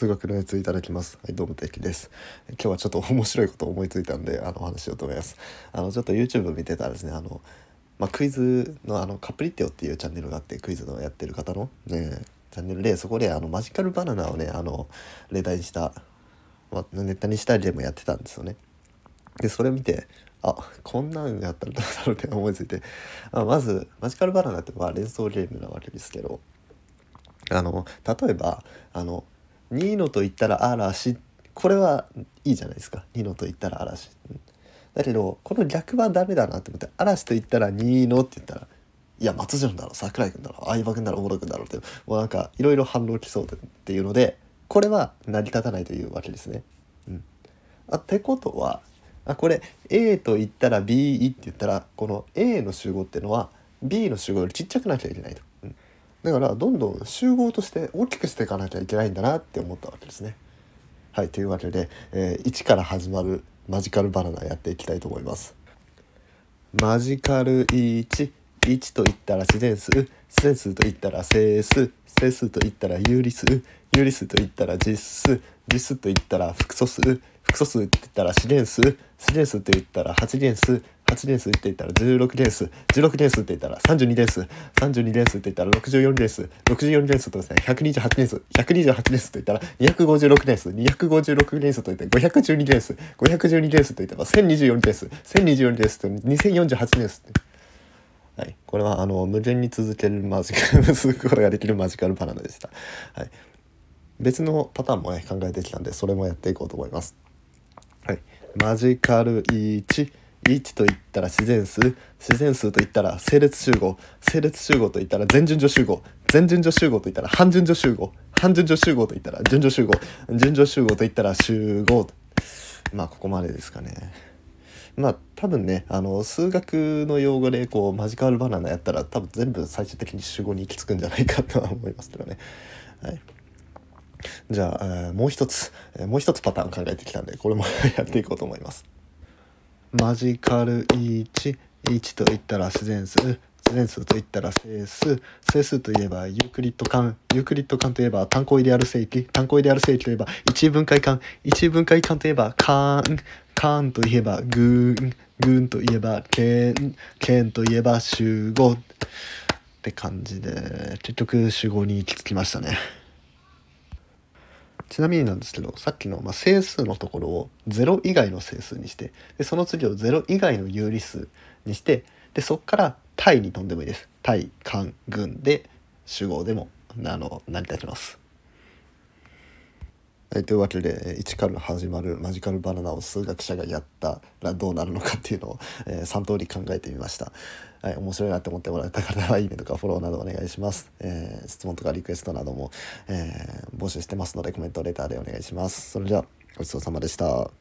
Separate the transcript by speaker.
Speaker 1: 数学のやついただきます。はい、どうも、てきです。今日はちょっと面白いことを思いついたんで、お話ししようと思います。ちょっと YouTube 見てたらですね、クイズのカプリティオっていうチャンネルがあって、クイズのやってる方のね、チャンネルで、そこでマジカルバナナをね、例題にした、ネタにしたりでもやってたんですよね。で、それを見て、こんなんやったらどうだろうって思いついて、まず、マジカルバナナって連想ゲームなわけですけど、例えばニーノと言ったら嵐、これはいいじゃないですか。ニーノと言ったら嵐、だけどこの逆はダメだなって思って、嵐と言ったらニーノって言ったら、いや松潤だろ、桜井君だろ、相葉君だろ、小野君だろって、もうなんかいろいろ反論きそうっていうので、これは成り立たないというわけですね。ってことは、これ A と言ったら B って言ったら、この A の集合っていうのは B の集合よりちっちゃくなきゃいけないと。だからどんどん集合として大きくしていかなきゃいけないんだなって思ったわけですね。はい、というわけで、1から始まるマジカルバナナやっていきたいと思います。マジカル1、1と言ったら自然数、自然数と言ったら整数、整数と言ったら有理数、有理数と言ったら実数、実数と言ったら複素数、複素数って言ったら自然数、自然数と言ったら8連数、8連数って言ったら16連数、16連数って言ったら32連数、32連数って言ったら64連数、64連数とですね、128連数、128連数と言ったら256連数、256連数と言って512連数、512連数と言ったら1024連数、1024連数と2048連数って。はい、これは無限に続ける続くことができるマジカルバナナでした。はい、別のパターンもね考えてきたんで、それもやっていこうと思います。はい、マジカル1、1と言ったら自然数、自然数と言ったら整列集合、整列集合と言ったら全順序集合、全順序集合と言ったら半順序集合、半順序集合と言ったら順序集合、順序集合と言ったら集合。ここまでですかね。多分ね、数学の用語でマジカルバナナやったら多分全部最終的に集合に行き着くんじゃないかとは思いますけどね。はい、じゃあ、もう一つパターン考えてきたんで、これもやっていこうと思います。マジカル1、1と言ったら自然数、自然数と言ったら整数、整数といえばユークリッド間、ユークリッド間といえば単項イデアル正規、単項イデアル正規といえば一分解間、一分解間といえば間、間といえば群、群といえば圏、圏といえば集合って感じで、結局集合に行き着きましたね。ちなみになんですけど、さっきの整数のところを0以外の整数にして、でその次を0以外の有理数にして、でそこから対に飛んでもいいです。対、間、群で集合でも成り立ちます。はい、というわけで1から始まるマジカルバナナを数学者がやったらどうなるのかっていうのを、3通り考えてみました。はい、面白いなって思ってもらえた方はいいねとかフォローなどお願いします。質問とかリクエストなども、募集してますのでコメントレターでお願いします。それではごちそうさまでした。